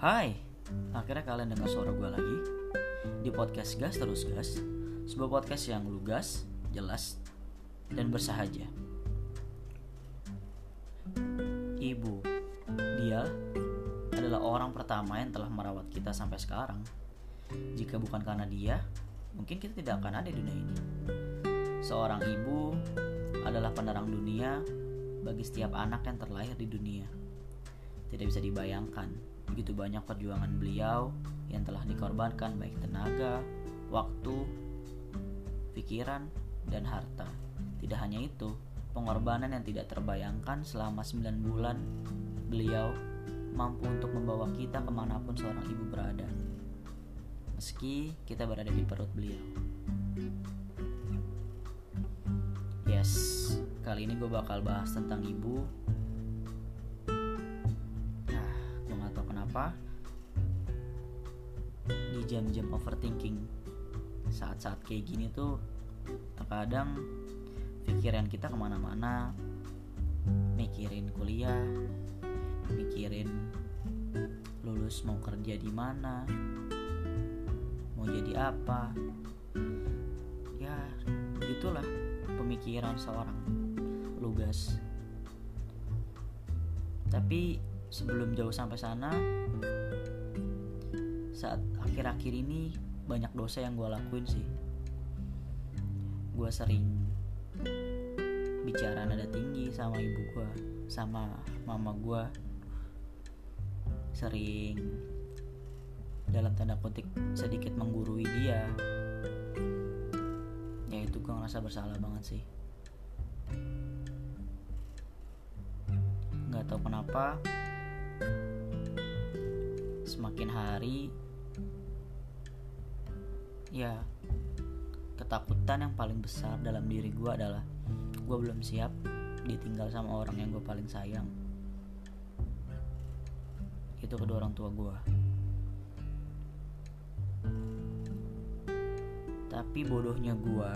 Hai, akhirnya kalian dengar suara gue lagi di podcast Gas Terus Gas, sebuah podcast yang lugas, jelas, dan bersahaja. Ibu, dia adalah orang pertama yang telah merawat kita sampai sekarang. Jika bukan karena dia, mungkin kita tidak akan ada di dunia ini. Seorang ibu adalah penerang dunia bagi setiap anak yang terlahir di dunia. Tidak bisa dibayangkan begitu banyak perjuangan beliau yang telah dikorbankan, baik tenaga, waktu, pikiran, dan harta. Tidak hanya itu, pengorbanan yang tidak terbayangkan selama 9 bulan beliau mampu untuk membawa kita kemanapun seorang ibu berada, meski kita berada di perut beliau. Yes, kali ini gue bakal bahas tentang ibu. Di jam-jam overthinking, saat-saat kayak gini tuh terkadang pikiran kita kemana-mana, mikirin kuliah, mikirin lulus mau kerja di mana, mau jadi apa. Ya begitulah pemikiran seorang lugas. Tapi sebelum jauh sampai sana, saat akhir-akhir ini banyak dosa yang gue lakuin sih. Gue sering bicara nada tinggi sama ibu gue, sama mama gue. Sering dalam tanda kutip sedikit menggurui dia. Ya itu gue ngerasa bersalah banget sih. Gak tahu kenapa semakin hari, ya ketakutan yang paling besar dalam diri gue adalah gue belum siap ditinggal sama orang yang gue paling sayang. Itu kedua orang tua gue. Tapi bodohnya gue,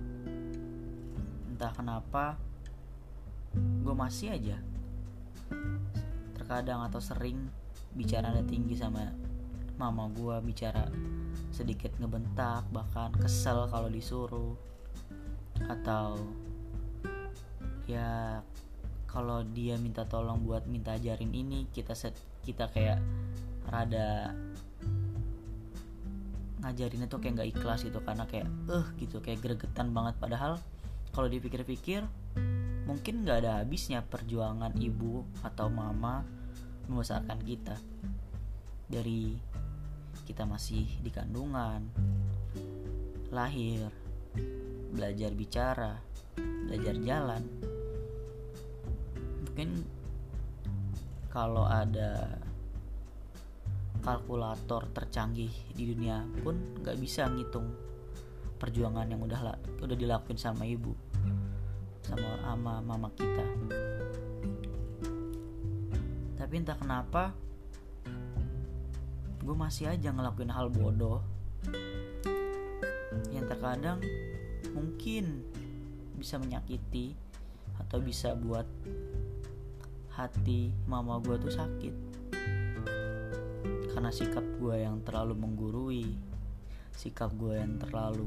entah kenapa gue masih aja terkadang atau sering bicara nada tinggi sama mama gue, bicara sedikit ngebentak, bahkan kesel kalau disuruh, atau ya kalau dia minta tolong buat minta ajarin ini, kita kayak rada ngajarinnya tuh kayak nggak ikhlas gitu, karena kayak gitu, kayak gregetan banget. Padahal kalau dipikir-pikir mungkin nggak ada habisnya perjuangan ibu atau mama membesarkan kita. Dari kita masih di kandungan, lahir, belajar bicara, belajar jalan. Mungkin kalau ada kalkulator tercanggih di dunia pun gak bisa ngitung perjuangan yang udah dilakuin sama ibu, sama mama kita. Tapi entah kenapa gue masih aja ngelakuin hal bodoh yang terkadang mungkin bisa menyakiti atau bisa buat hati mama gue tuh sakit, karena sikap gue yang terlalu menggurui, sikap gue yang terlalu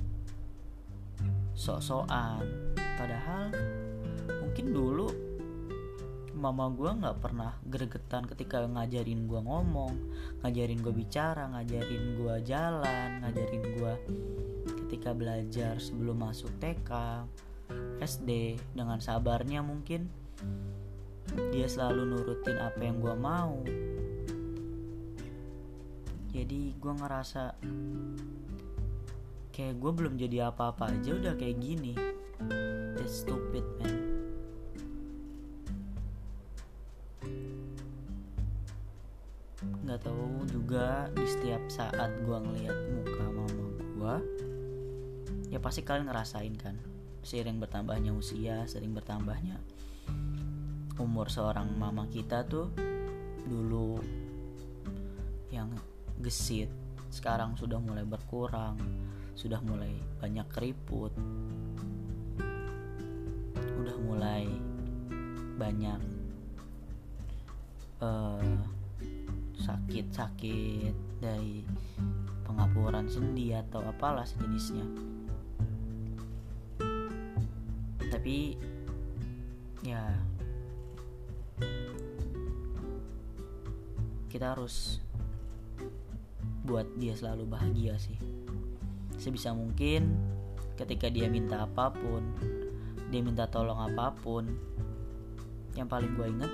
sok-sokan. Padahal mungkin dulu mama gue gak pernah gregetan ketika ngajarin gue ngomong, ngajarin gue bicara, ngajarin gue jalan, ngajarin gue ketika belajar sebelum masuk TK, SD. Dengan sabarnya mungkin dia selalu nurutin apa yang gue mau. Jadi gue ngerasa kayak gue belum jadi apa-apa aja udah kayak gini. That's stupid, man. Gak tahu juga, di setiap saat gue ngeliat muka mama gue, ya pasti kalian ngerasain kan, seiring bertambahnya usia, seiring bertambahnya umur seorang mama kita tuh, dulu yang gesit sekarang sudah mulai berkurang, sudah mulai banyak keriput, udah mulai banyak sakit dari pengapuran sendi atau apalah sejenisnya. Tapi ya kita harus buat dia selalu bahagia sih. Sebisa mungkin ketika dia minta apapun, dia minta tolong apapun, yang paling gue inget,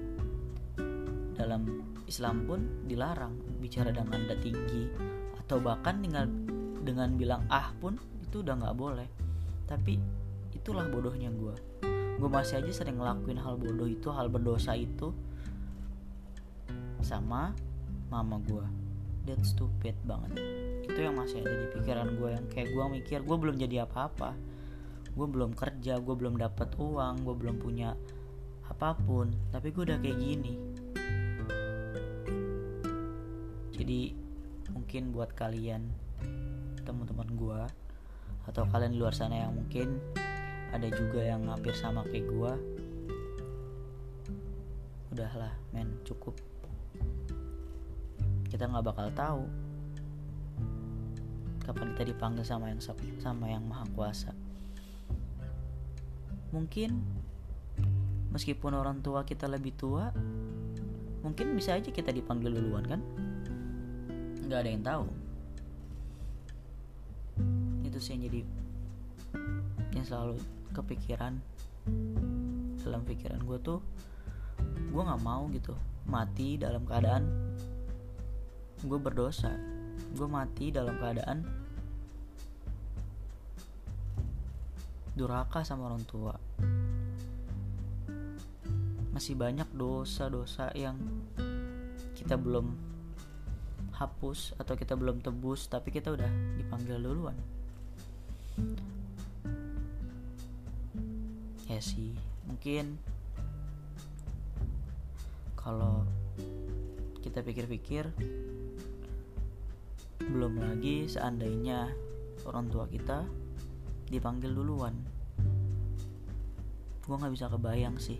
dalam Islam pun dilarang bicara dengan nada tinggi, atau bahkan dengan bilang pun itu udah gak boleh. Tapi itulah bodohnya gue masih aja sering ngelakuin hal bodoh itu, hal berdosa itu sama mama gue. That's stupid banget. Itu yang masih ada di pikiran gue, yang kayak gue mikir gue belum jadi apa-apa, gue belum kerja, gue belum dapat uang, gue belum punya apapun, tapi gue udah kayak gini. Jadi mungkin buat kalian teman-teman gue, atau kalian di luar sana yang mungkin ada juga yang hampir sama kayak gue, udahlah men, cukup. Kita nggak bakal tahu kapan kita dipanggil sama yang maha kuasa. Mungkin meskipun orang tua kita lebih tua, mungkin bisa aja kita dipanggil duluan kan, nggak ada yang tahu. Itu sih yang selalu kepikiran dalam pikiran gue tuh. Gue nggak mau gitu mati dalam keadaan gue berdosa. Gue mati dalam keadaan durhaka sama orang tua. Masih banyak dosa-dosa yang kita belum hapus atau kita belum tebus, tapi kita udah dipanggil duluan. Ya sih, mungkin kalau kita pikir-pikir, belum lagi seandainya orang tua kita dipanggil duluan, gue gak bisa kebayang sih.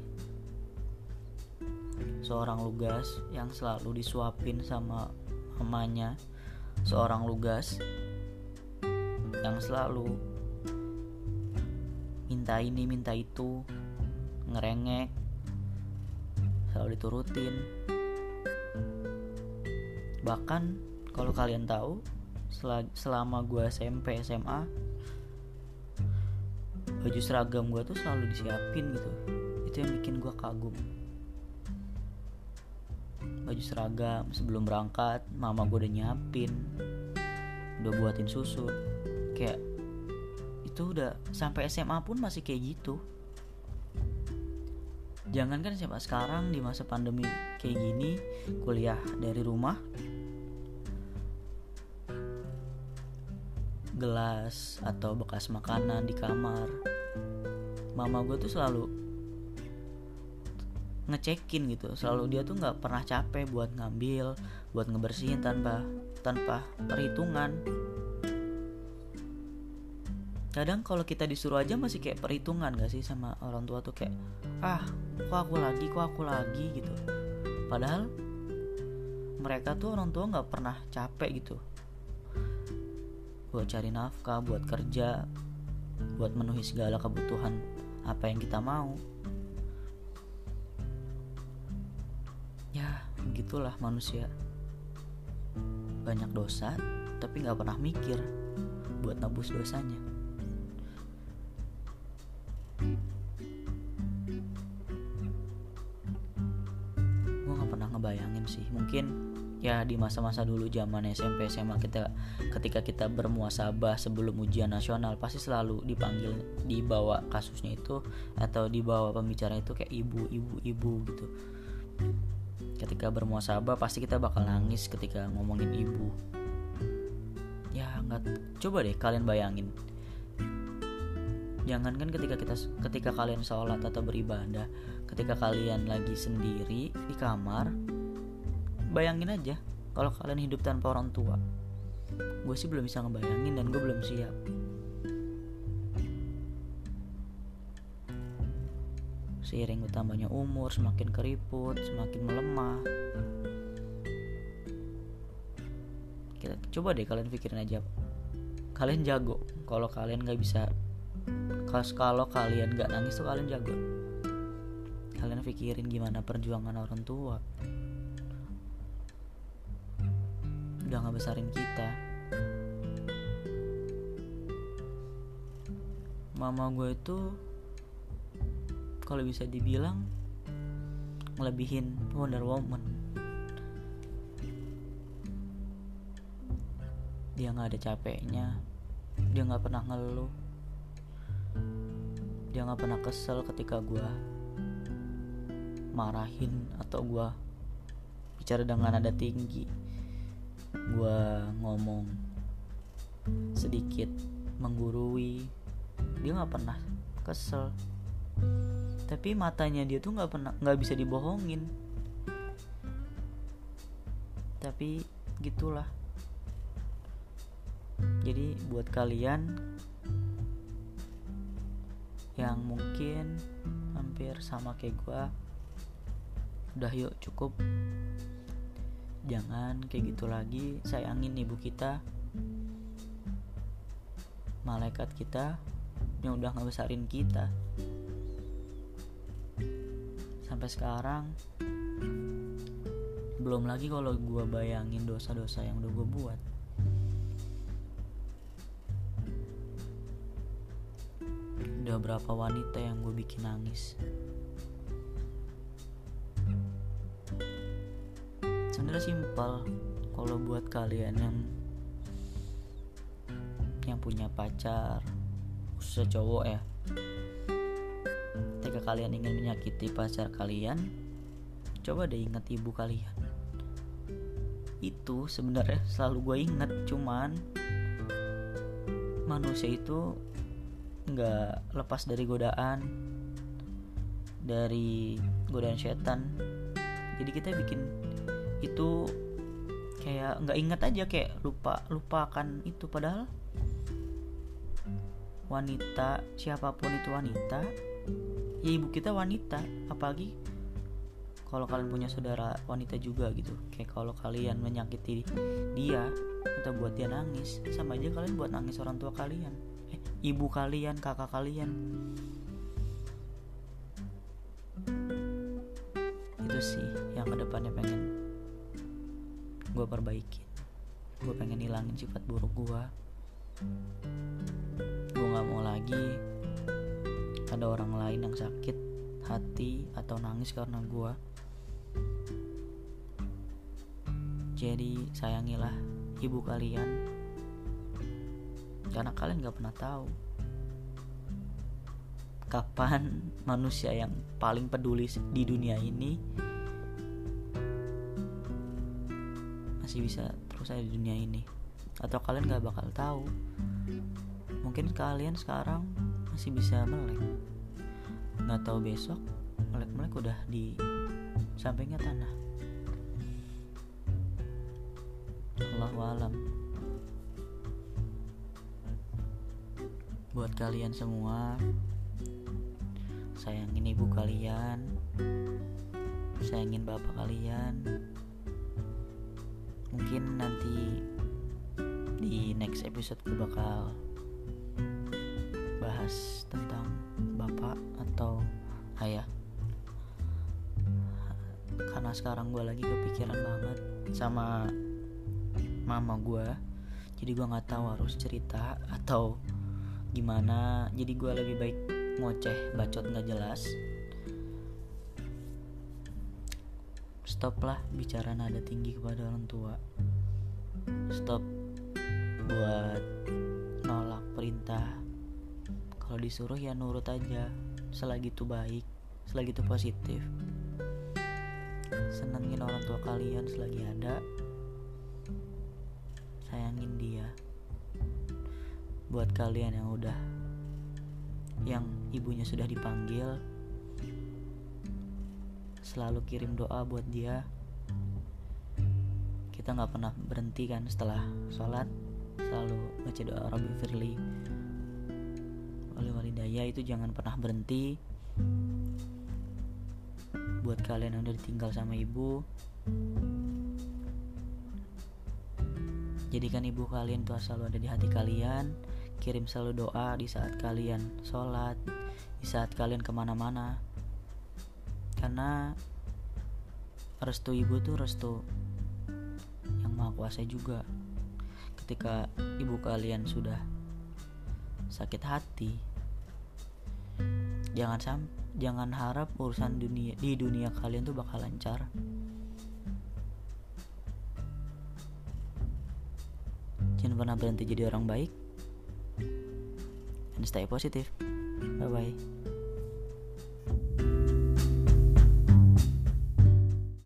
Seorang Lugas yang selalu disuapin sama mamanya, seorang Lugas yang selalu minta ini minta itu, ngerengek, selalu diturutin. Bahkan kalau kalian tahu, selama gue SMP SMA, baju seragam gue tuh selalu disiapin gitu. Itu yang bikin gue kagum. Baju seragam sebelum berangkat mama gue udah nyiapin, udah buatin susu. Kayak itu udah sampai SMA pun masih kayak gitu. Jangankan SMA sekarang di masa pandemi kayak gini, kuliah dari rumah, gelas atau bekas makanan di kamar, mama gue tuh selalu ngecekin gitu. Selalu dia tuh nggak pernah capek buat ngambil, buat ngebersihin tanpa perhitungan. Kadang kalau kita disuruh aja masih kayak perhitungan gak sih sama orang tua tuh, kayak kok aku lagi gitu. Padahal mereka tuh orang tua nggak pernah capek gitu buat cari nafkah, buat kerja, buat memenuhi segala kebutuhan apa yang kita mau. Ya begitulah manusia, banyak dosa tapi gak pernah mikir buat nebus dosanya. Gue gak pernah ngebayangin sih. Mungkin ya di masa-masa dulu zaman SMP SMA ketika kita bermuasabah sebelum ujian nasional, pasti selalu dibawa kasusnya itu atau dibawa pembicara itu kayak ibu gitu. Ketika bermuasabah pasti kita bakal nangis ketika ngomongin ibu. Ya coba deh kalian bayangin, jangankan ketika kalian sholat atau beribadah, ketika kalian lagi sendiri di kamar, bayangin aja kalau kalian hidup tanpa orang tua. Gue sih belum bisa ngebayangin dan gue belum siap. Seiring bertambahnya umur, semakin keriput, semakin melemah. Coba deh kalian pikirin aja, kalian jago kalau kalian nggak bisa, kalau kalian nggak nangis tuh kalian jago. Kalian pikirin gimana perjuangan orang tua udah ngebesarin kita. Mama gue itu kalau bisa dibilang ngelebihin Wonder Woman. Dia gak ada capeknya, dia gak pernah ngeluh, dia gak pernah kesel ketika gue marahin atau gue bicara dengan nada tinggi, gue ngomong sedikit menggurui. Dia gak pernah kesel. Tapi matanya dia tuh gak bisa dibohongin. Tapi gitulah. Jadi buat kalian yang mungkin hampir sama kayak gue, udah yuk cukup, jangan kayak gitu lagi. Sayangin ibu kita, malaikat kita yang udah ngebesarin kita sampai sekarang. Belum lagi kalau gue bayangin dosa-dosa yang udah gue buat. Udah berapa wanita yang gue bikin nangis. Sebenarnya simpel kalau buat kalian yang punya pacar, khususnya cowok ya. Ketika kalian ingin menyakiti pacar kalian, coba deh ingat ibu kalian. Itu sebenarnya selalu gue ingat, cuman manusia itu gak lepas dari godaan setan. Jadi kita bikin itu kayak gak ingat aja, kayak lupakan itu. Padahal wanita, siapapun itu wanita, ya ibu kita wanita. Apalagi kalau kalian punya saudara wanita juga gitu, kayak kalau kalian menyakiti dia atau buat dia nangis, sama aja kalian buat nangis orang tua kalian, ibu kalian, kakak kalian. Itu sih yang kedepannya pengen gue perbaikin. Gue pengen hilangin sifat buruk gue. Gue gak mau lagi ada orang lain yang sakit hati atau nangis karena gue. Jadi sayangilah ibu kalian, karena kalian gak pernah tahu kapan manusia yang paling peduli di dunia ini masih bisa terus ada di dunia ini. Atau kalian gak bakal tahu, mungkin kalian sekarang masih bisa melek, gak tahu besok melek-melek udah di sampingnya tanah. Allahu alam. Buat kalian semua, sayangin ibu kalian, sayangin bapak kalian. Mungkin nanti di next episode gue bakal bahas tentang bapak atau ayah, karena sekarang gue lagi kepikiran banget sama mama gue. Jadi gue nggak tahu harus cerita atau gimana. Jadi gue lebih baik ngoceh, bacot nggak jelas. Stop lah bicara nada tinggi kepada orang tua. Stop buat nolak perintah. Kalau disuruh ya nurut aja, selagi itu baik, selagi itu positif. Senengin orang tua kalian selagi ada, sayangin dia. Buat kalian yang ibunya sudah dipanggil, selalu kirim doa buat dia. Kita gak pernah berhenti kan setelah sholat, selalu baca doa Rabbi firli wali walidayya, itu jangan pernah berhenti. Buat kalian yang udah ditinggal sama ibu, Jadikan ibu kalian tuh selalu ada di hati kalian. Kirim selalu doa di saat kalian sholat, di saat kalian kemana-mana. Karena restu ibu tuh restu yang maha kuasa juga. Ketika ibu kalian sudah sakit hati, jangan harap urusan di dunia kalian tuh bakal lancar. Jangan pernah berhenti jadi orang baik, and stay positive. Bye bye.